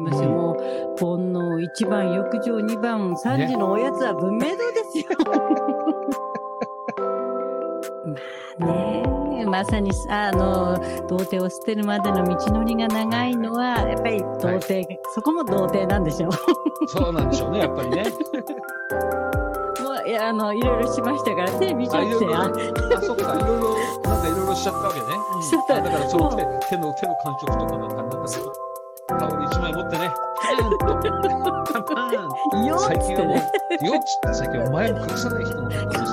ますよ。もう、煩悩1番、欲情2番、3時のおやつは文明堂ですよ。まあね、まさに、童貞を捨てるまでの道のりが長いのは、やっぱり童貞、そこも童貞なんでしょう。 そうなんでしょうね、やっぱりね。 もう、いろいろしましたから、テレビ見ちゃって。 そっか、いろいろしちゃったわけね。 しちゃった。 だからその手の感触とかなんかタオル1枚持ってね、パンパンよっつってね。 よっつって最近は前を隠さない人もいますよ。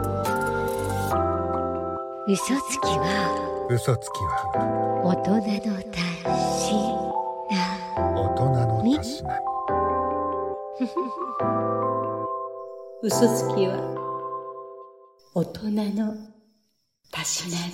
嘘つきは大人のたしな嘘つきは大人のたしなみ。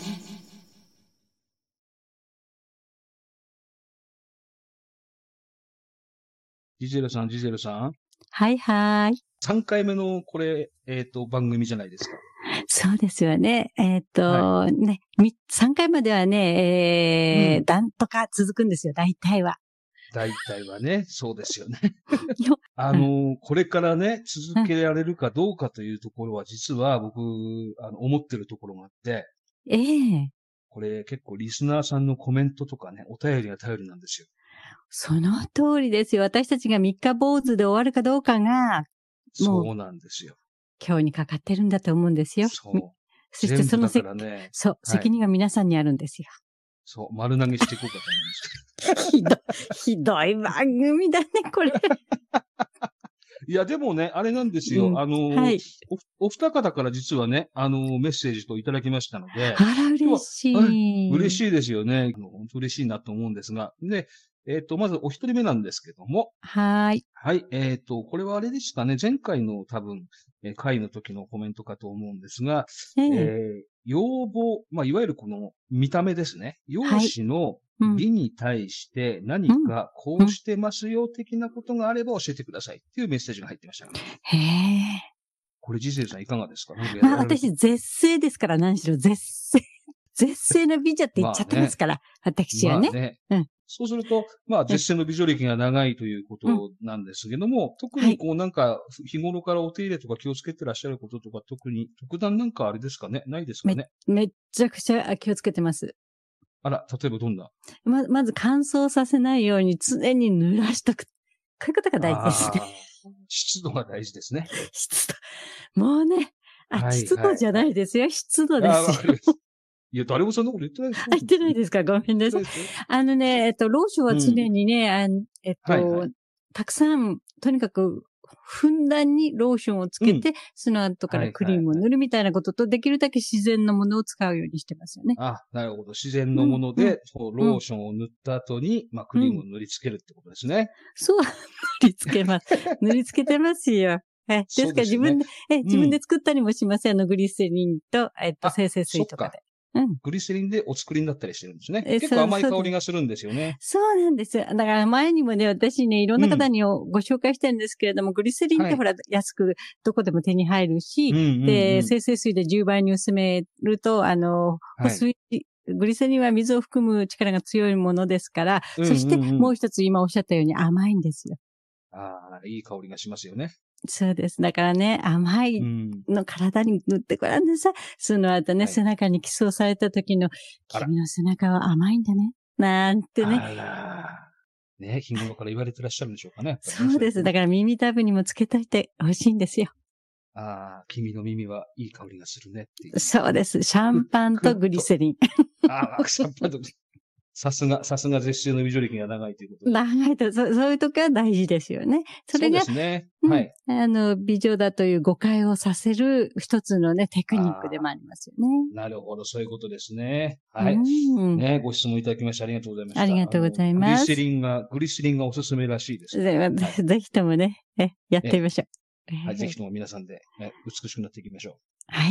ジゼルさん。 はいはい。 3回目のこれ、番組じゃないですか。 そうですよね。ね、3回まではね、なんとか続くんですよ、大体は。 大体はね、そうですよね。これからね、続けられるかどうかというところは、実は僕、思ってるところがあって、これ結構リスナーさんのコメントとかね、お便りが頼りなんですよ。 その通りですよ。私たちが三日坊主で終わるかどうかが、 そうなんですよ。 今日にかかってるんだと思うんですよ。 そう。 そしてその責任は皆さんにあるんですよ。 そう、丸投げしていこうかと思うんですけど。ひどい番組だね、これ。 いや、でもね、あれなんですよ。お二方から実はね、メッセージといただきましたので。 あら、嬉しい。 嬉しいですよね。本当嬉しいなと思うんですが。で、まずお一人目なんですけども。 はい。 はい。これはあれでしたね。前回の多分、回の時のコメントかと思うんですが、要望、いわゆるこの見た目ですね。容姿の美に対して何かこうしてますよ的なことがあれば教えてくださいっていうメッセージが入ってました。 へえ。 これ、ジゼルさんいかがですか？ 私、絶世ですから、何しろ、絶世の美女って言っちゃってますから、私はね。 そうすると、絶世の美女歴が長いということなんですけども、特になんか、日頃からお手入れとか気をつけてらっしゃることとか、特段なんかあれですかね？ないですかね？ めっちゃくちゃ気をつけてます。 あら、例えばどんな？ まず乾燥させないように常に濡らしとく。こういうことが大事ですね。 湿度が大事ですね。 湿度。もうね、湿度じゃないですよ。湿度ですよ。 いや、誰もそんなこと言ってないですよ。 言ってないですか？ごめんなさい。ローションは常にね、たくさん、とにかく、ふんだんにローションをつけて、その後からクリームを塗るみたいなことと、できるだけ自然のものを使うようにしてますよね。 なるほど。自然のもので、ローションを塗った後に、クリームを塗りつけるってことですね。 そう、塗りつけます。塗りつけてますよ。ですから自分で作ったりもします。グリセリンと、精製水とかで。 グリセリンでお作りになったりしてるんですね。結構甘い香りがするんですよね。 そうなんですよ。だから前にもね、私ね、いろんな方にご紹介してるんですけれども、グリセリンってほら、安くどこでも手に入るし、で、精製水で10倍に薄めると、グリセリンは水を含む力が強いものですから、そしてもう一つ今おっしゃったように甘いんですよ。 いい香りがしますよね。 そうです。だからね、甘いの体に塗ってごらんなさい。その後ね、背中にキスをされた時の、君の背中は甘いんだね。なんてね。 ね、日頃から言われてらっしゃるんでしょうかね。 そうです。だから耳たぶにもつけといてほしいんですよ。 君の耳はいい香りがするねっていう。 そうです。シャンパンとグリセリン。 シャンパンとさすが絶世の美女歴が長いということで。 長いと、そういうとこは大事ですよね。それが、 そうですね。はい。 美女だという誤解をさせる一つのね、テクニックでもありますよね。 なるほど、そういうことですね。はい。ね、ご質問いただきましてありがとうございました。 ありがとうございます。 グリセリンがおすすめらしいです。 ぜひともね、やってみましょう。はい、ぜひとも皆さんで、美しくなっていきましょう。 はい。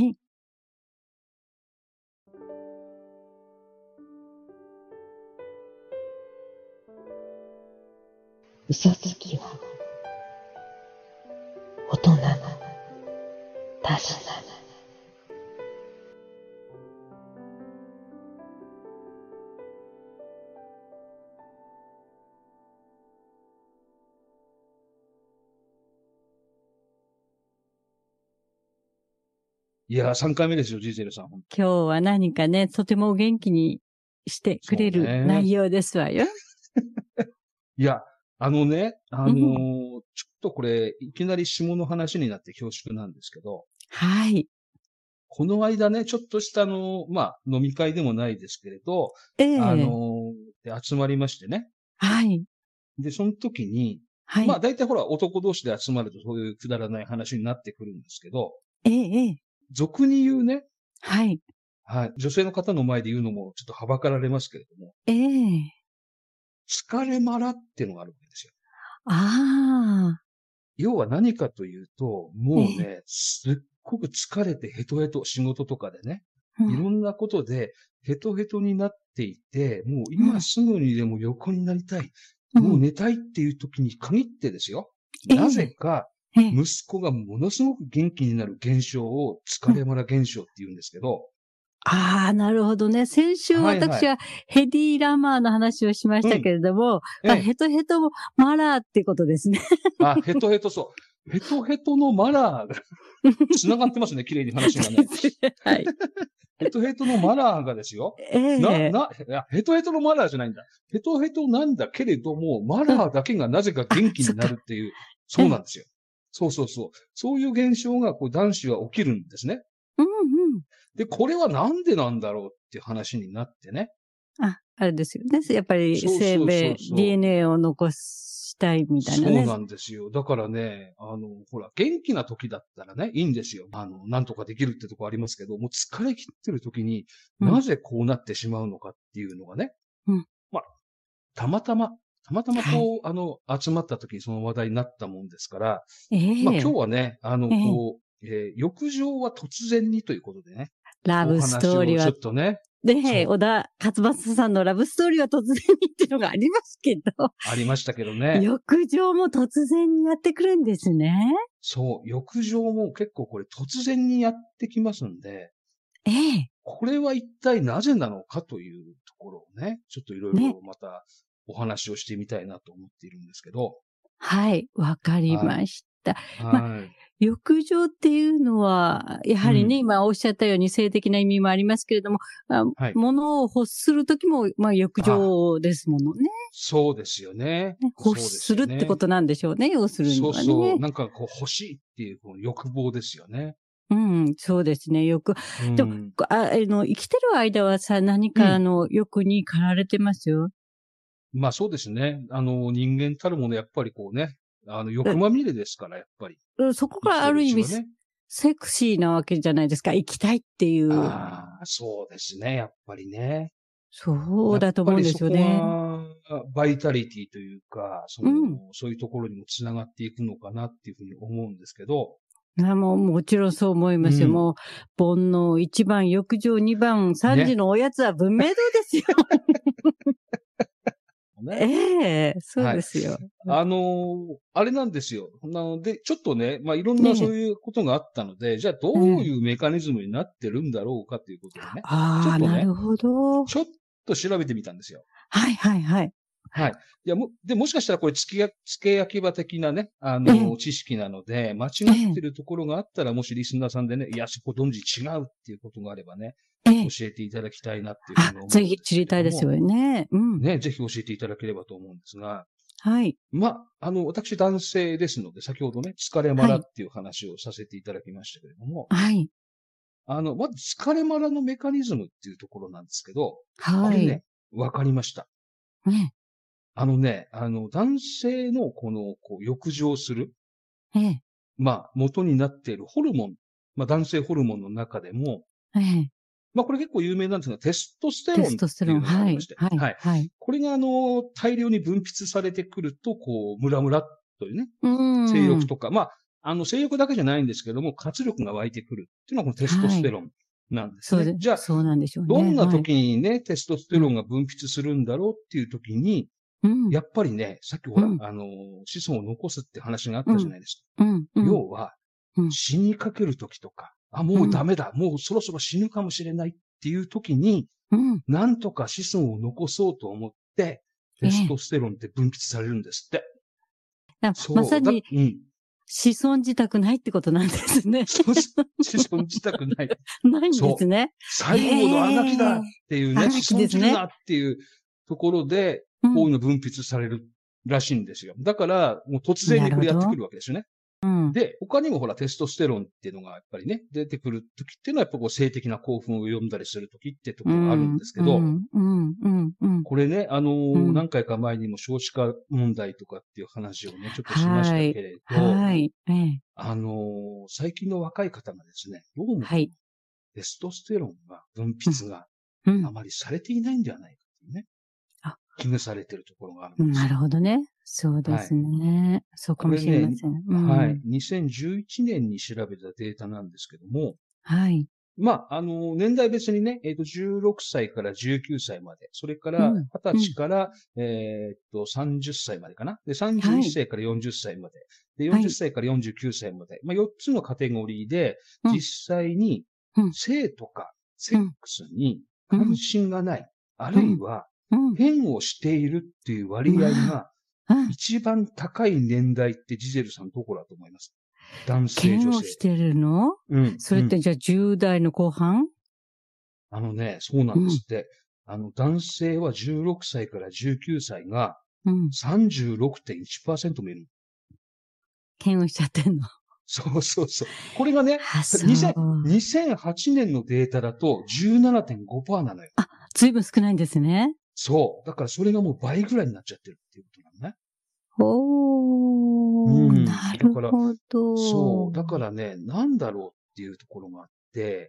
嘘つきは大人のたしなみ。 いや、3回目ですよ、ジーゼルさん。 今日は何かね、とても元気にしてくれる内容ですわよ。 いや、ちょっとこれ、いきなり下の話になって恐縮なんですけど。 はい。 この間ね、ちょっとした飲み会でもないですけれど、で集まりましてね。 はい。 で、その時に、はい。大体ほら、男同士で集まるとそういうくだらない話になってくるんですけど、俗に言うね。 はい。 はい。女性の方の前で言うのもちょっとはばかられますけれども。疲れまらっていうのがあるわけですよ。要は何かというと、もうね、すっごく疲れてヘトヘト、仕事とかでね、いろんなことでヘトヘトになっていて、もう今すぐにでも横になりたい、もう寝たいっていう時に限ってですよ。なぜか、息子がものすごく元気になる現象を疲れまら現象って言うんですけど、 なるほどね。先週私はヘディ・ラマーの話をしましたけれども、ヘトヘトマラーってことですね。 ヘトヘトそう。ヘトヘトのマラーが、繋がってますね、綺麗に話がね。はい。ヘトヘトのマラーがですよ。ヘトヘトのマラーじゃないんだ。ヘトヘトなんだけれども、マラーだけがなぜか元気になるっていう、そうなんですよ。そうそうそう。そういう現象が男子は起きるんですね。で、これはなんでなんだろうっていう話になってね。 あれですよね。やっぱり生命、DNA を残したいみたいなね。 そうなんですよ。だからね、ほら、元気な時だったらね、いいんですよ。なんとかできるってとこありますけど、もう疲れ切ってる時に、なぜこうなってしまうのかっていうのがね。たまたま集まった時にその話題になったもんですから、今日はね、浴場は突然にということでね。 ラブストーリーは。 ちょっとね。 小田勝正さんのラブストーリーは突然にっていうのがありますけど。 ありましたけどね。 浴場も突然にやってくるんですね。 そう、浴場も結構これ突然にやってきますんで。これは一体なぜなのかというところをね、ちょっといろいろまたお話をしてみたいなと思っているんですけど。 はい、わかりました。浴場っていうのは、やはりね、今おっしゃったように性的な意味もありますけれども、物を欲するときも、浴場ですものね。 そうですよね。 欲するってことなんでしょうね、要するにはね。 そう。なんか欲しいっていう欲望ですよね。 そうですね、よく。でも、生きてる間はさ、何か欲に駆られてますよ。 そうですね。人間たるもの、やっぱり欲まみれですから、やっぱり。 そこがある意味、セクシーなわけじゃないですか。生きたいっていう。 そうですね、やっぱりね。 そうだと思うんですよね。 バイタリティというか、そういうところにもつながっていくのかなっていうふうに思うんですけど。 もちろんそう思いますよ。もう、煩悩1番、浴場2番、3時のおやつは文明堂ですよ。そうですよ。 あれなんですよ。なので、ちょっとね、いろんなそういうことがあったので、じゃあどういうメカニズムになってるんだろうかということでね。 なるほど。 ちょっと調べてみたんですよ。 はい。 いや、もしかしたらこれ、付け焼き場的なね、知識なので、間違ってるところがあったら、もしリスナーさんでね、いや、そこ存じ違うっていうことがあればね、教えていただきたいなっていうふうに思うんですけども。 ぜひ知りたいですよね。 ね、ぜひ教えていただければと思うんですが。 はい。 私男性ですので、先ほどね、疲れまらっていう話をさせていただきましたけれども。 はい。 まず疲れまらのメカニズムっていうところなんですけど、 はい。 これね、わかりました。男性の浴場する。元になっているホルモン。男性ホルモンの中でも、これ結構有名なんですが、テストステロンっていうのがありまして。はい。これが大量に分泌されてくると、ムラムラというね、性欲とか、性欲だけじゃないんですけども、活力が湧いてくるっていうのはこのテストステロンなんですね。じゃあ、 そうなんでしょうね。 どんな時にね、テストステロンが分泌するんだろうっていう時に、やっぱりね、さっきほら、子孫を残すって話があったじゃないですか。要は、死にかける時とか、もうダメだ、もうそろそろ死ぬかもしれないっていう時に、なんとか子孫を残そうと思って、テストステロンって分泌されるんですって。 まさに、 子孫自宅ないってことなんですね。 子孫自宅ない。 ないんですね。 最後のあがきだっていうね、子孫するなっていうところで、こういうの分泌されるらしいんですよ。だから、もう突然にこれやってくるわけですよね。で、他にもほら、テストステロンっていうのがやっぱりね、出てくる時っていうのはやっぱこう性的な興奮を呼んだりする時ってところがあるんですけど、これね、何回か前にも少子化問題とかっていう話をね、ちょっとしましたけれど、最近の若い方がですね、どうも、テストステロンが分泌があまりされていないんではないかというね、危惧されているところがあるんです。 なるほどね。そうですね。そうかもしれません。 はい。2011年に調べたデータなんですけども、 はい。 まあ、年代別にね、16歳から19歳まで、それから20歳から、30歳までかな。で、31歳から40歳まで。で、40歳から49歳まで。まあ、4つのカテゴリーで、実際に、性とかセックスに関心がない、あるいは、変をしているっていう割合が、一番高い年代ってジゼルさんどこだと思います？男性、女性。 変をしてるの？それってじゃあ10代の後半？ そうなんですって。男性は16歳から19歳が 36.1% もいる。 変をしちゃってんの？ そうそうそう。これがね、2008年のデータだと 17.5% なのよ。 ずいぶん少ないんですね。 そう。だからそれがもう倍ぐらいになっちゃってるっていうことなのね。 なるほど。 そう。だからね、なんだろうっていうところがあって、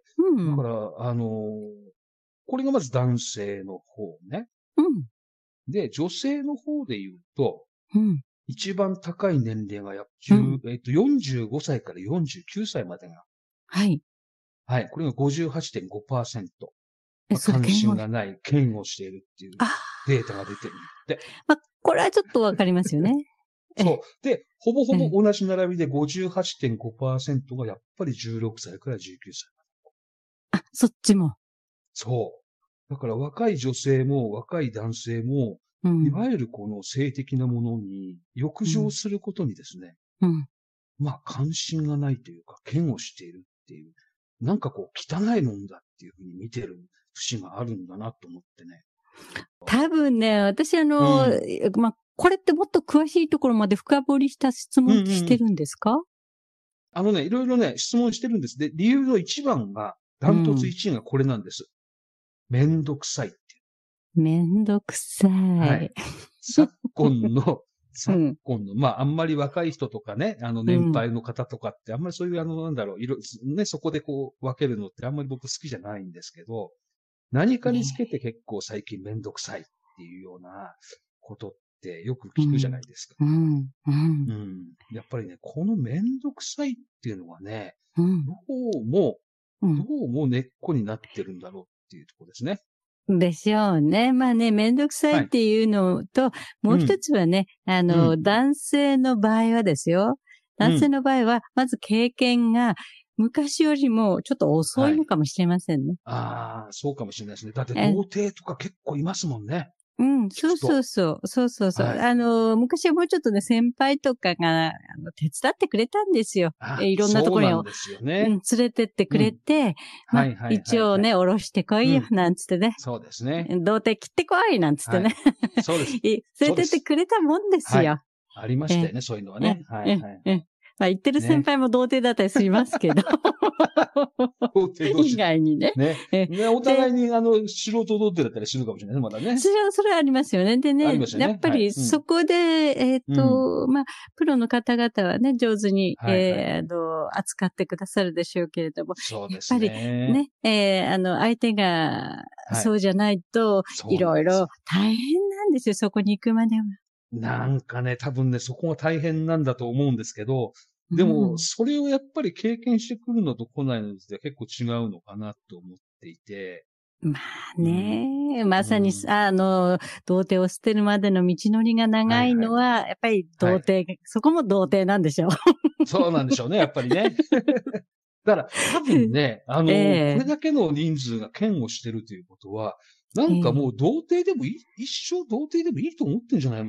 だから、これがまず男性の方ね。で、女性の方で言うと、一番高い年齢が45歳から49歳までが。 はい。 はい。これが 58.5%。関心がない、嫌悪しているっていうデータが出てるって。 これはちょっとわかりますよね。 そう。で、ほぼほぼ同じ並びで 58.5% がやっぱり16歳から19歳。 そっちも。 そう。だから若い女性も若い男性も、いわゆるこの性的なものに欲情することにですね、まあ関心がないというか、嫌悪しているっていう、なんかこう汚いもんだっていうふうに見てる節があるんだなと思ってね。 多分ね、私これってもっと詳しいところまで深掘りした質問してるんですか？ いろいろね、質問してるんです。で、理由の一番が、ダントツ1位がこれなんです。めんどくさいっていう。 めんどくさい。はい。 昨今の、まあ、あんまり若い人とかね、年配の方とかって、あんまりそういうね、そこでこう分けるのってあんまり僕好きじゃないんですけど、何かにつけて結構最近めんどくさいっていうようなことってよく聞くじゃないですか。やっぱりね、このめんどくさいっていうのはね、どうも根っこになってるんだろうっていうところですね。 でしょうね。まあね、めんどくさいっていうのと、もう一つはね、男性の場合はですよ。男性の場合は、まず経験が昔よりもちょっと遅いのかもしれませんね。 そうかもしれないですね。だって童貞とか結構いますもんね。 そう。昔はもうちょっとね、先輩とかが、手伝ってくれたんですよ。いろんなところに、連れてってくれて、一応ね、下ろしてこいよ、なんつってね。 そうですね。 童貞切ってこい、なんつってね。 そうです。 連れてってくれたもんですよ。 ありましたよね、そういうのはね。 まあ言ってる先輩も童貞だったりしますけど。 童貞同士。 以外にね。 お互いに素人童貞だったりするかもしれないね、まだね。 それはありますよね。でね、やっぱりそこで、まあ、プロの方々はね、上手に、扱ってくださるでしょうけれども。 そうですね。 やっぱりね、相手がそうじゃないと、いろいろ大変なんですよ、そこに行くまでは。 なんかね、多分ね、そこが大変なんだと思うんですけど、でも、それをやっぱり経験してくるのと来ないので結構違うのかなと思っていて。 まあね、まさに、童貞を捨てるまでの道のりが長いのは、やっぱり童貞、そこも童貞なんでしょう。 そうなんでしょうね、やっぱりね。だから、多分ね、これだけの人数が嫌悪してるということは、なんかもう童貞でもいい、一生童貞でもいいと思ってんじゃないのかなっ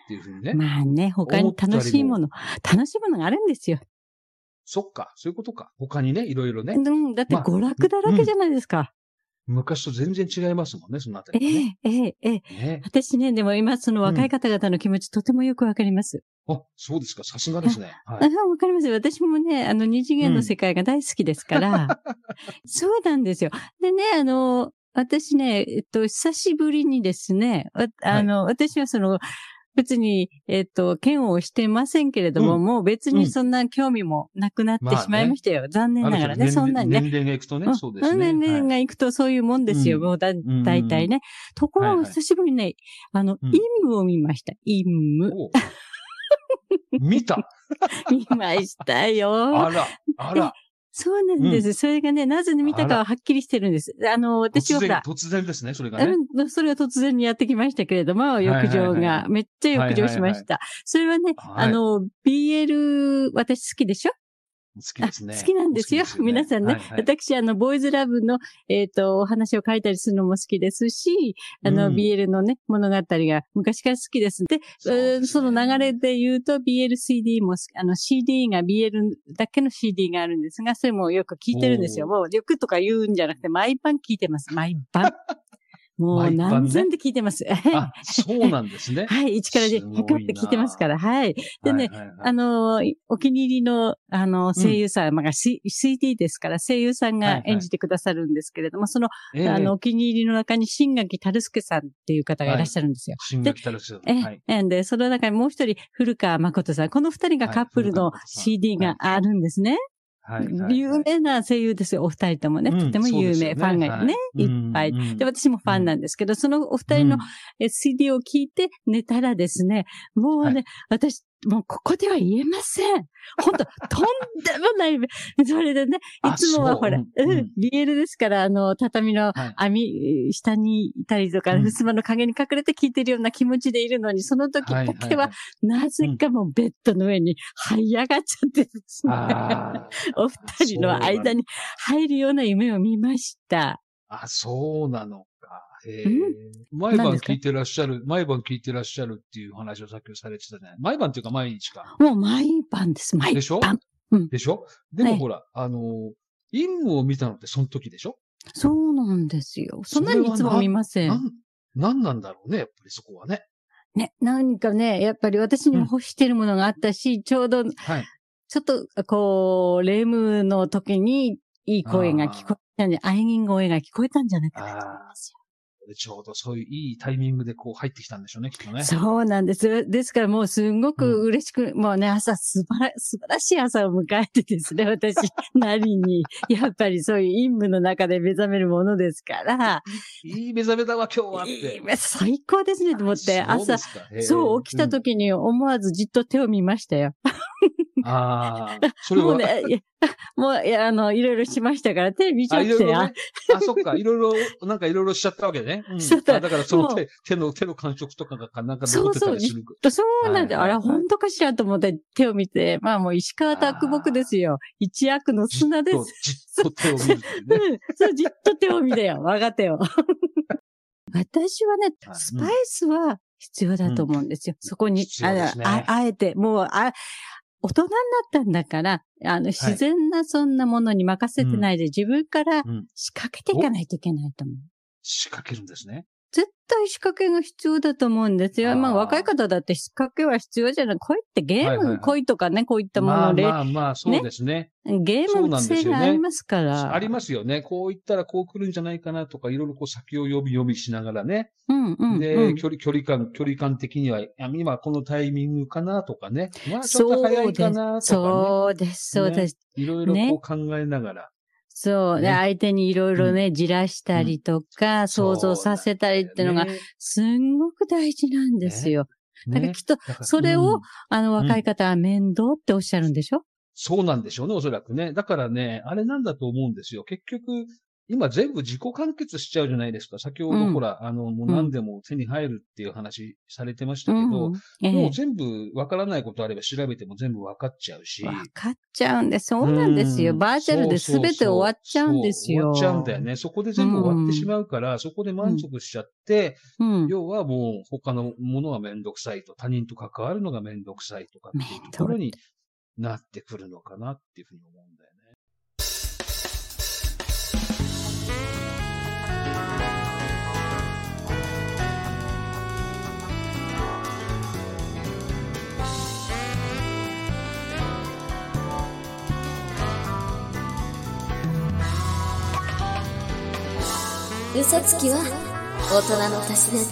っていうふうにね。 まあね、他に楽しいものがあるんですよ。 そっか、そういうことか。他にね、いろいろね。 だって娯楽だらけじゃないですか。 昔と全然違いますもんね、そのあたり、 ね。私ね、でも今その若い方々の気持ちとてもよくわかります。 あ、そうですか。さすがですね。 はい。わかります。私もね、二次元の世界が大好きですから。そうなんですよ。でね、私ね、久しぶりにですね、私は別に、嫌悪をしてませんけれども、もう別にそんな興味もなくなってしまいましたよ。残念ながらね、そんなにね。 年齢がいくとね、そうですね。 年齢がいくとそういうもんですよ、もう大体ね。ところが久しぶりにね、陰夢を見ました。陰夢。 見た見ましたよ。 あら。 そうなんです。それがね、なぜ見たかははっきりしてるんです。私はほら。 突然ですね、それがね。 それは突然にやってきましたけれども、浴場が。めっちゃ浴場しました。それはね、BL、私好きでしょ？ 好きですね。 好きなんですよ。皆さんね。私、ボーイズラブの、お話を書いたりするのも好きですし、BL のね、物語が昔から好きです。で、その流れで言うと、BLCD も、CD が BL だけの CD があるんですが、それもよく聞いてるんですよ。もう、よくとか言うんじゃなくて、毎晩聞いてます。毎晩。もう何千で聞いてます。 あ、そうなんですね。 はい、1から100まで聞いてますから、はい。でね、お気に入りの、声優さん、まあ、CD ですから、声優さんが演じてくださるんですけれども、その、お気に入りの中に、新垣太助さんっていう方がいらっしゃるんですよ。 新垣太助さん。はい。 で、その中にもう一人、古川誠さん。この二人がカップルの CD があるんですね。有名な声優ですよ、お二人ともね。とても有名、ファンがね、いっぱい。で、私もファンなんですけど、そのお二人の CD を聞いて寝たらですね、もうね、私、もうここでは言えません。本当とんでもない。それでね、いつもはほら、BL ですから、畳の網、下にいたりとか、襖の影に隠れて聞いてるような気持ちでいるのに、その時だけは、なぜかもうベッドの上に這い上がっちゃってですね。お二人の間に入るような夢を見ました。 あ、そうなのか。毎晩聞いてらっしゃるっていう話をさっきされてたじゃない。毎晩っていうか毎日か。 もう毎晩です、毎晩。 でしょでしょでもほら、陰夢を見たのってその時でしょそうなんですよ。そんなにいつも見ません。 なんなんだろうね、やっぱりそこはね。 ね、何かね、やっぱり私にも欲してるものがあったし、ちょうど、ちょっと、こう、霊夢の時にいい声が聞こえたんで、愛人声が聞こえたんじゃないかなと思いますよ。 ちょうどそういういいタイミングでこう入ってきたんでしょうね、きっとね。 そうなんです。ですからもうすんごく嬉しく、もうね、素晴らしい朝を迎えてですね、私なりに。やっぱりそういう陰夢の中で目覚めるものですから。 いい目覚めだわ、今日はって。 最高ですね、と思って、朝、そう起きた時に思わずじっと手を見ましたよ。 ああ、それは。 もう、いろいろしましたから、手見ちゃって。 そっか、いろいろしちゃったわけね。だからその手の感触とかがなんか残ってたりする。 そうなんだ。あれ、本当かしらと思って手を見て、まあもう石川啄木ですよ。一悪の砂です。 じっと手を見るってね。 そう、じっと手を見てよ。我が手を。私はね、スパイスは必要だと思うんですよ。そこに、あえて、もう、大人になったんだから、自然なそんなものに任せてないで、自分から仕掛けていかないといけないと思う。 仕掛けるんですね。 絶対仕掛けが必要だと思うんですよ。まあ若い方だって仕掛けは必要じゃない。恋ってゲーム、恋とかね、こういったもので。 まあ、そうですね。 ゲーム性がありますから。 ありますよね。こう言ったらこう来るんじゃないかなとか、いろいろこう先を読みしながらね。で、距離感的には、今このタイミングかなとかね。まあちょっと早いかなとかね。 そうです。 いろいろこう考えながら。 そう。で、相手にいろいろね、じらしたりとか、想像させたりっていうのが、すんごく大事なんですよ。だからきっと、それを、若い方は面倒っておっしゃるんでしょ？ そうなんでしょうね、おそらくね。だからね、あれなんだと思うんですよ。結局、 今全部自己完結しちゃうじゃないですか。先ほどほら、もう何でも手に入るっていう話されてましたけど、もう全部わからないことあれば調べても全部わかっちゃうし。 わかっちゃうんです。そうなんですよ。バーチャルで全て終わっちゃうんですよ。 終わっちゃうんだよね。そこで全部終わってしまうから、そこで満足しちゃって、要はもう他のものがめんどくさいと、他人と関わるのがめんどくさいとかっていうところになってくるのかなっていうふうに思うんだよね。 嘘つきは大人のたしな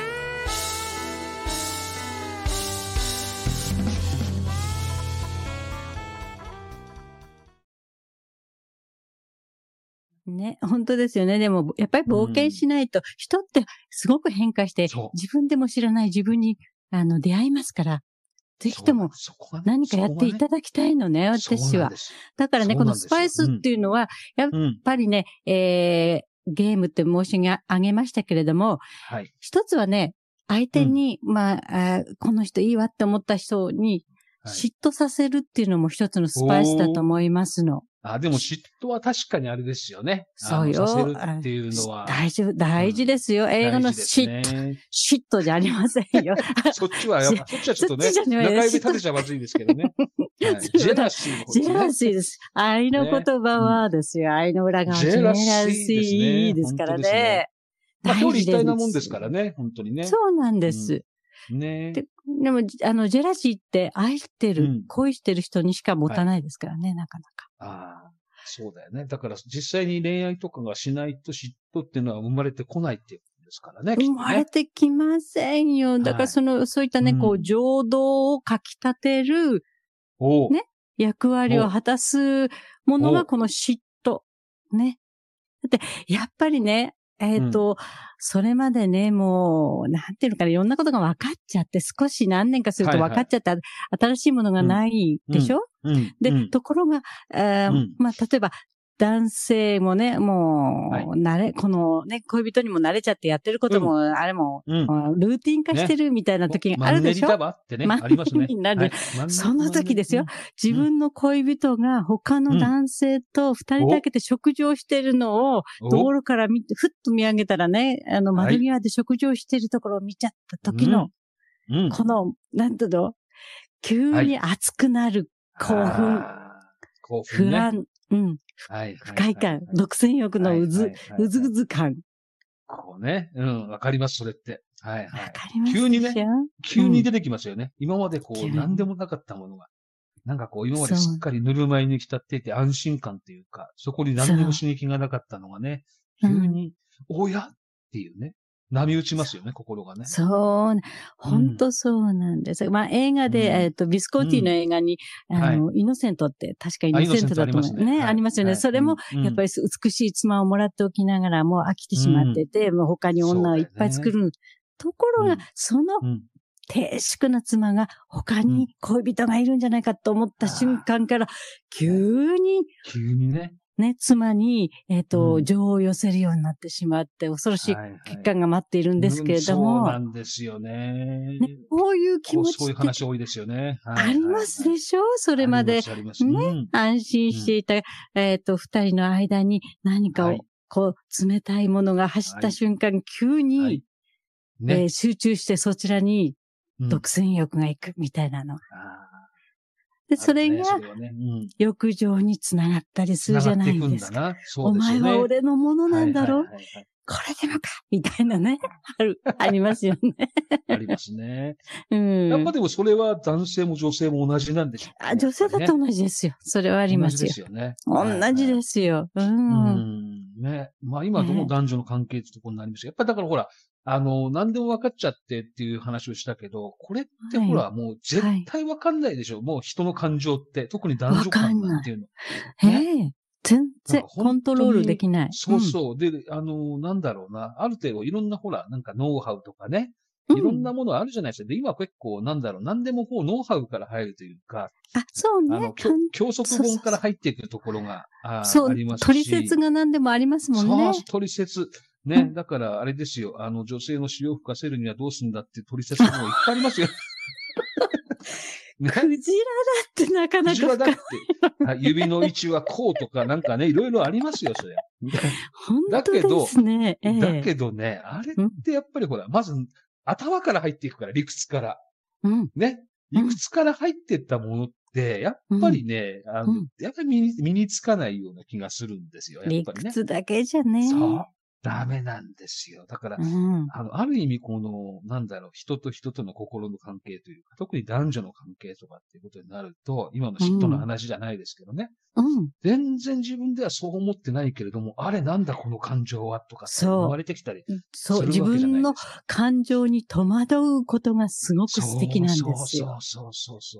み。ね、本当ですよね。でも、やっぱり冒険しないと、人ってすごく変化して、自分でも知らない自分に、出会いますから、ぜひとも何かやっていただきたいのね、私は。だからね、このスパイスっていうのは、やっぱりね、ゲームって申し上げましたけれども、一つはね、相手に、この人いいわって思った人に嫉妬させるっていうのも一つのスパイスだと思いますの。 でも嫉妬は確かにあれですよね。 そうよ。 させるっていうのは。 大事ですよ。英語の嫉妬じゃありませんよ。 そっちはちょっとね、中指立てちゃまずいですけどね。ジェラシーのことですね。 ジェラシーです。愛の言葉はですよ。愛の裏側ジェラシーですからね。 表裏一体なもんですからね、本当にね。 そうなんです。ね。でも、ジェラシーって愛してる、恋してる人にしか持たないですからね、なかなか。 そうだよね。だから実際に恋愛とかがしないと嫉妬っていうのは生まれてこないっていうことですからね。 生まれてきませんよ。だからそういったね、情動をかき立てる、ね、役割を果たすものがこの嫉妬。ね。だって、やっぱりね、それまでね、もう、なんていうのかな、いろんなことが分かっちゃって、少し何年かすると分かっちゃって、新しいものがないでしょ、で、ところが、例えば、男性もね、もう、このね、恋人にも慣れちゃってやってることも、あれも、ルーティン化してるみたいな時があるでしょ。 マンネリだわってね、ありますね。 その時ですよ。自分の恋人が他の男性と二人だけで食事をしてるのを、道路から見て、ふっと見上げたらね、窓際で食事をしてるところを見ちゃった時の、この、なんていうの、急に熱くなる興奮、不安、不快感、独占欲のうず感。 こうね。わかります、それって。わかります。 急に出てきますよね。今まで何でもなかったものが。なんか今まですっかりぬるま湯に浸っていて安心感というか、そこに何でも刺激がなかったのがね、急に、おやっていうね。波打ちますよね、心がね。 そう、本当そうなんです。映画で、ビスコーティの映画に、イノセントって、確かイノセントだと思うね。ありますよね。それも、やっぱり美しい妻をもらっておきながら、もう飽きてしまってて、もう他に女をいっぱい作る。ところが、その、低粛な妻が他に恋人がいるんじゃないかと思った瞬間から、急にね。 ね、妻に、情を寄せるようになってしまって、恐ろしい結果が待っているんですけれども。 そうなんですよね。 こういう気持ち。 そういう話多いですよね。 ありますでしょそれまで。ね、安心していた、二人の間に何かを、冷たいものが走った瞬間、急に、集中してそちらに独占欲がいくみたいなの。で、それが、欲情につながったりするじゃないですか。お前は俺のものなんだろこれでもかみたいなね。ありますよね。 ありますね。やっぱでもそれは男性も女性も同じなんでしょうか、 女性だと同じですよ。それはありますよ。 同じですよね。 同じですよ。 ね。今どの男女の関係ってところになりました。やっぱりだからほら、何でも分かっちゃってっていう話をしたけど、これってほら、もう絶対分かんないでしょ。もう人の感情って、特に男女間なんていうの。 全然コントロールできない。 そうそう。で、なんだろうな。ある程度いろんなほら、なんかノウハウとかね。 いろんなものあるじゃないですか。で、今結構、なんだろう、何でもこう、ノウハウから入るというか、 そうね。 教則本から入っていくところがありますし。 取説が何でもありますもんね。 そう、取説。ね。だから、あれですよ。女性の潮を吹かせるにはどうすんだっていう取説もいっぱいありますよ。 ね、クジラだってなかなか。クジラだって、 指の位置はこうとかなんかね、いろいろありますよ、それ。 本当ですね。 だけどね、あれってやっぱりほら、まず頭から入っていくから、理屈から。ね。理屈から入っていったものって、やっぱりね、やっぱり身につかないような気がするんですよ、やっぱりね。 理屈だけじゃね。 そう。ダメなんですよ。だから、ある意味この、なんだろう、人と人との心の関係というか、特に男女の関係とかっていうことになると、今の嫉妬の話じゃないですけどね。全然自分ではそう思ってないけれども、あれなんだこの感情はとかって生まれてきたりするわけじゃないですか。自分の感情に戸惑うことがすごく素敵なんですよ。 そう。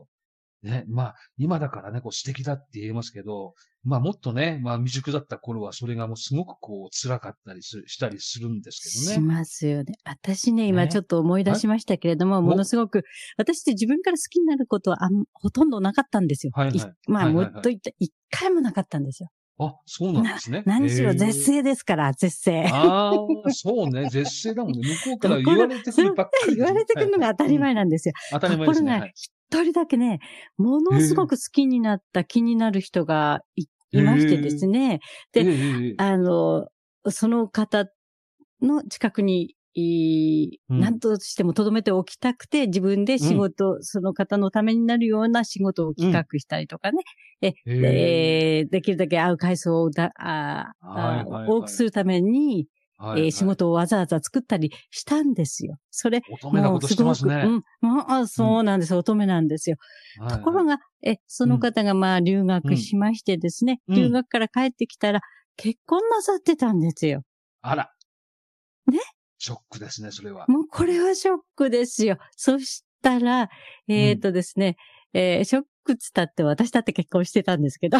ね、まあ、今だからね、こう素敵だって言えますけど、まあもっとね、まあ未熟だった頃はそれがもうすごくこう辛かったりしたりするんですけどね。 しますよね。私ね、今ちょっと思い出しましたけれども、ものすごく、私って自分から好きになることはほとんどなかったんですよ。まあもっと言った一回もなかったんですよ。 あ、そうなんですね。 何しろ絶世ですから、絶世。 ああ、そうね、絶世だもんね。向こうから言われてくるばっかり。 言われてくるのが当たり前なんですよ。 当たり前ですね。 一人だけね、ものすごく好きになった気になる人がいましてですね。で、その方の近くに、何としても留めておきたくて、自分で仕事、その方のためになるような仕事を企画したりとかね。できるだけ会う回数を多くするために、仕事をわざわざ作ったりしたんですよ。それ、 乙女なことしてますね。 そうなんです。乙女なんですよ。ところが、その方がまあ留学しましてですね、留学から帰ってきたら結婚なさってたんですよ。 あら。 ね。 ショックですね、それは。 もうこれはショックですよ。そしたら、ですね、ショックつったって私だって結婚してたんですけど。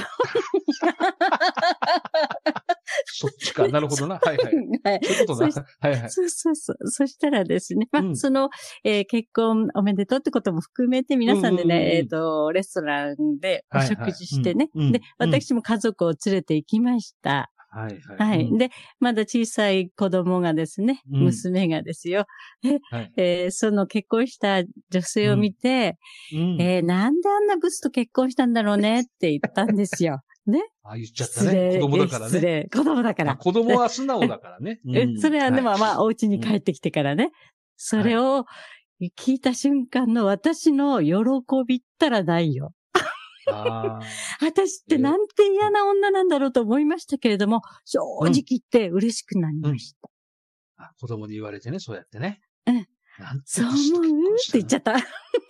そっちか。なるほどな。はい。そういうことだ。はい。 そう。そしたらですね。まあ、結婚おめでとうってことも含めて皆さんでね、レストランでお食事してね。で、私も家族を連れて行きました。はい。で、まだ小さい子供がですね、娘がですよ。その結婚した女性を見て、なんであんなブスと結婚したんだろうねって言ったんですよ。ね。 あ、言っちゃったね。子供だからね。 子供だから。 子供は素直だからね。 それはでもまあ、お家に帰ってきてからね。それを聞いた瞬間の私の喜びったらないよ。私ってなんて嫌な女なんだろうと思いましたけれども、正直言って嬉しくなりました。 子供に言われてね、そうやってね。 そう思うって言っちゃった。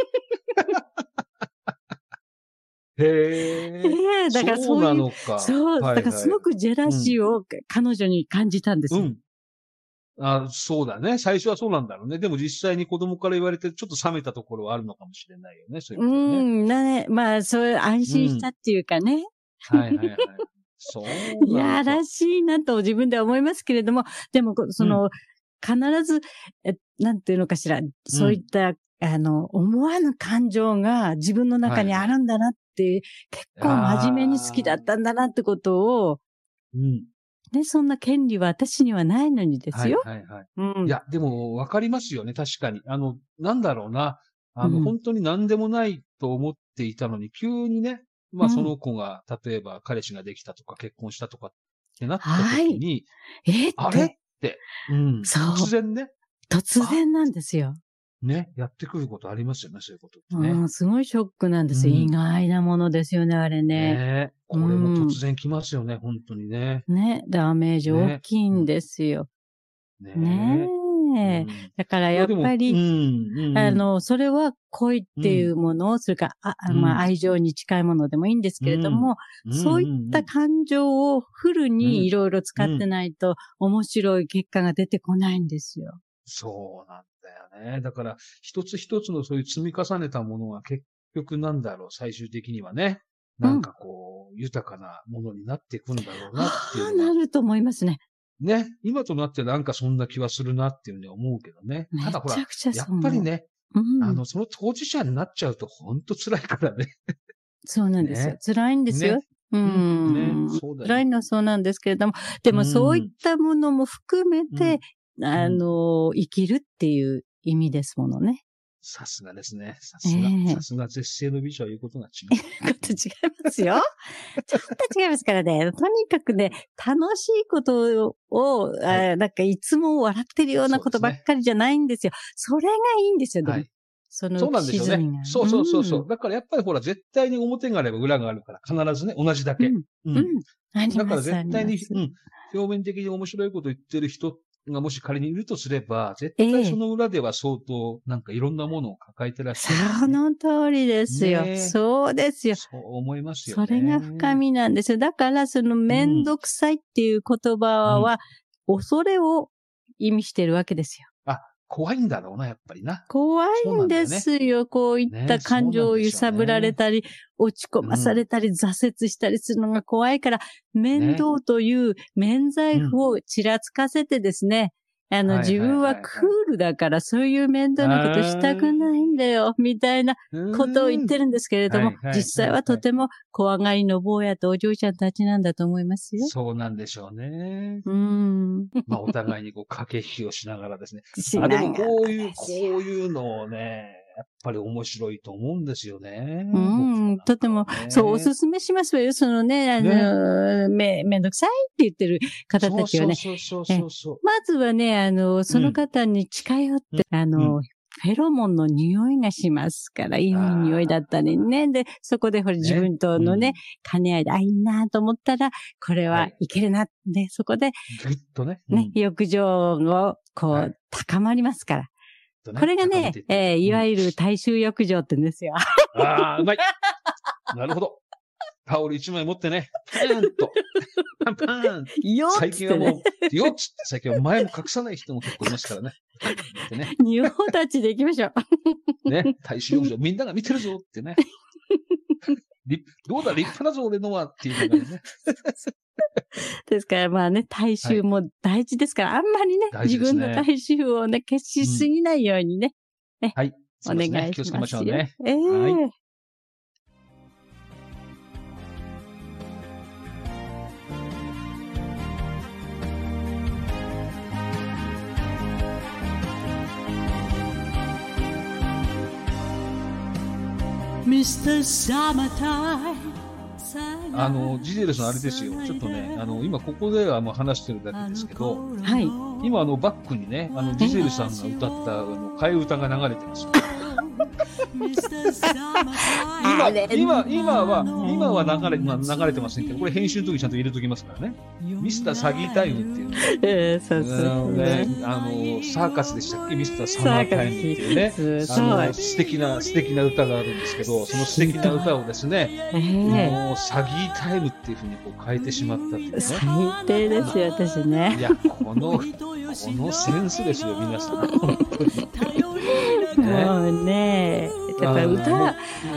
だからそういう、だからすごくジェラシーを彼女に感じたんですよ。 そうだね。最初はそうなんだろうね。でも実際に子供から言われてちょっと冷めたところはあるのかもしれないよね。そういうね。 まあ、そう安心したっていうかね。 はい。そう。 いやらしいなと自分では思いますけれども、でも、必ず、なんていうのかしら、そういった、思わぬ感情が自分の中にあるんだなって、結構真面目に好きだったんだなってことを、ね、そんな権利は私にはないのにですよ。 いや、でもわかりますよね、確かに。なんだろうな。本当に何でもないと思っていたのに、急にね、まあその子が、例えば彼氏ができたとか結婚したとかってなった時に、あれって、突然ね。 突然なんですよ。 ね、やってくることありますよね、そういうことってね。 すごいショックなんですよ。意外なものですよね、あれね。 ね、これも突然来ますよね、本当にね。 ね、ダメージ大きいんですよ。ねえ。だからやっぱり、それは恋っていうものを、それからまあ愛情に近いものでもいいんですけれども、そういった感情をフルにいろいろ使ってないと面白い結果が出てこないんですよ。 そうなんだよね。だから、一つ一つのそういう積み重ねたものが結局なんだろう、最終的にはね、なんかこう、豊かなものになっていくんだろうなっていう。 なると思いますね。 ね、今となってなんかそんな気はするなっていうふうに思うけどね。ただほら、やっぱりね、その当事者になっちゃうと本当辛いからね。 そうなんですよ。辛いんですよ。辛いのはそうなんですけれども、でもそういったものも含めて、生きるっていう意味ですものね。 さすがですね。さすが絶世の美女は言うことが違う。 違いますよ。ちょっと違いますからね。とにかくね、楽しいことを、なんかいつも笑ってるようなことばっかりじゃないんですよ。それがいいんですよ、 はい。そうなんですよね。そう。だからやっぱりほら、絶対に表があれば裏があるから、必ずね、同じだけ。だから絶対に、表面的に面白いこと言ってる人がもし仮にいるとすれば、絶対その裏では相当なんかいろんなものを抱えてらっしゃる、 その通りですよ。そうですよ。 そう思いますよね。 それが深みなんですよ。だからそのめんどくさいっていう言葉は、恐れを意味してるわけですよ。 怖いんだろうな、やっぱりな。 怖いんですよ。こういった感情を揺さぶられたり、落ち込まされたり、挫折したりするのが怖いから、面倒という免罪符をちらつかせてですね、自分はクールだから、そういう面倒なことしたくないんだよ、みたいなことを言ってるんですけれども、実際はとても怖がりの坊やとお嬢ちゃんたちなんだと思いますよ。 そうなんでしょうね。お互いに駆け引きをしながらですね。でもこういうのをね、やっぱり面白いと思うんですよね。 とても、そう、おすすめしますよ。そのね、めんどくさいって言ってる方たちはね。まずはね、その方に近寄って、フェロモンの匂いがしますから、いい匂いだったりね。で、そこでほら自分とのね、兼ね合いで、いいなと思ったら、これはいけるな。で、そこで、 ぐっとね。 欲情を、高まりますから。これがね、いわゆる大衆浴場って言うんですよ。 うまい。なるほど。タオル一枚持ってね、パーンと、パンパーン。最近はもう、よっつって最近は前も隠さない人も結構いますからね。 仁王立ちで行きましょう。ね、大衆浴場、みんなが見てるぞってね。どうだ、立派だぞ、俺のはっていうのがね。 ですからまあね、大衆も大事ですから、あんまりね、自分の大衆をね、消しすぎないようにね。 はい。 お願いしますよ。 気をつけましょうね。 はい。 ジゼルさんあれですよ。ちょっとね、今ここではもう話してるだけですけど、 はい。 今バックにね、ジゼルさんが歌った替え歌が流れてます。今は流れてませんけど、これ編集の時にちゃんと入れときますからね。ミスターサギータイムっていう。 そうサーカスでしたっけミスターサマータイムっていうね。素敵な歌があるんですけど、その素敵な歌をですね、もうサギータイムっていうふうに変えてしまったっていうね。 最低ですよ、私ね。 いや、このセンスですよ、皆さん。本当に。 もうね、やっぱり歌わ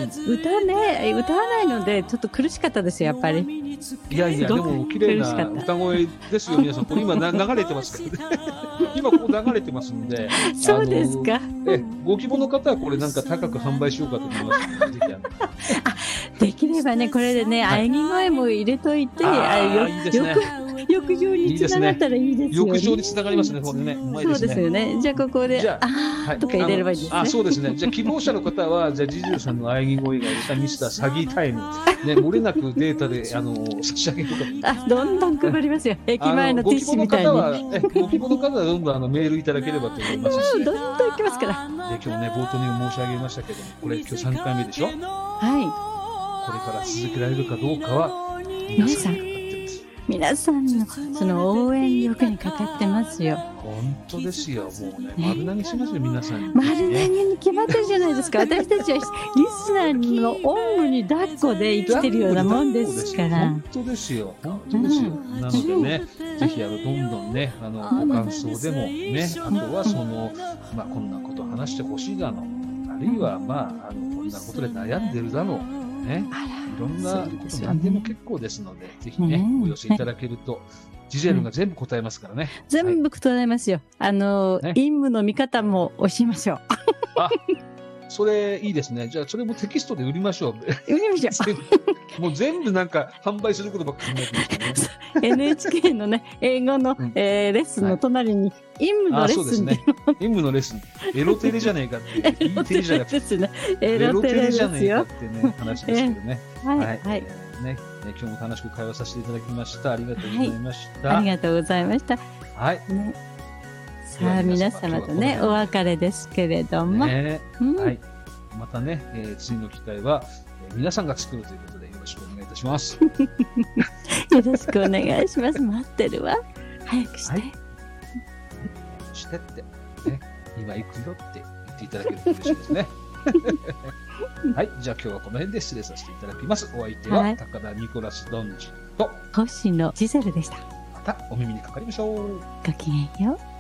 ないので、ちょっと苦しかったですよ、やっぱり。 いや、でも綺麗な歌声ですよ、皆さん。これ今流れてますからね。今ここ流れてますんで。 そうですか。 ご希望の方はこれなんか高く販売しようかと思いますので、ぜひできればね、これでね、喘ぎ声も入れといて、 いいですね。 浴場につながったらいいですよね。 浴場につながりますね、これね。 そうですよね。じゃあここで、とか入れればいいですね。 そうですね。じゃあ希望者の方は、じゃあジゼルさんの喘ぎ声が出たミスターサギータイム。ね、漏れなくデータで、差し上げると。 どんどん配りますよ。駅前のティッシュみたいに。 ご希望の方はどんどんメールいただければと思いますし。 どんどん行きますから。 今日ね、冒頭に申し上げましたけども、これ今日3回目でしょ？ はい。 これから続けられるかどうかは、 皆さんのその応援力にかかってますよ。 本当ですよ。もうね、丸投げしますよ、皆さんに。 丸投げに決まってるじゃないですか。私たちはリスナーのおんぶに抱っこで生きてるようなもんですから。 本当ですよ。本当ですよ。なのでね、ぜひどんどんね、ご感想でもね、あとはこんなこと話してほしいだの、あるいはこんなことで悩んでるだの、ね。いろんなこと何でも結構ですので、ぜひね、お寄せいただけるとジゼルが全部答えますからね。 全部答えますよ。陰夢の見方も教えましょう。 あ、それいいですね。じゃあ、それもテキストで売りましょう。 売りましょう。もう全部なんか販売することばっかり考えてましたね。 NHK のね、英語の、レッスンの隣に、陰夢のレッスン。そうですね。 陰夢のレッスン。エロテレじゃねえかっていう。 エロテレですね。エロテレじゃねえかってね、話ですけどね。 はい。はい。 ね、今日も楽しく会話させていただきました。ありがとうございました。 ありがとうございました。 はい。 さあ、皆様とね、お別れですけれども。はい。 またね、次の機会は、皆さんが作るということでよろしくお願いいたします。 よろしくお願いします。待ってるわ。早くして。 してって、ね、今行くよって言っていただけると嬉しいですね。はい。じゃあ今日はこの辺で失礼させていただきます。お相手は、高田ニコラス・ドンジと、 星野ジゼルでした。 またお耳にかかりましょう。 ごきげんよう。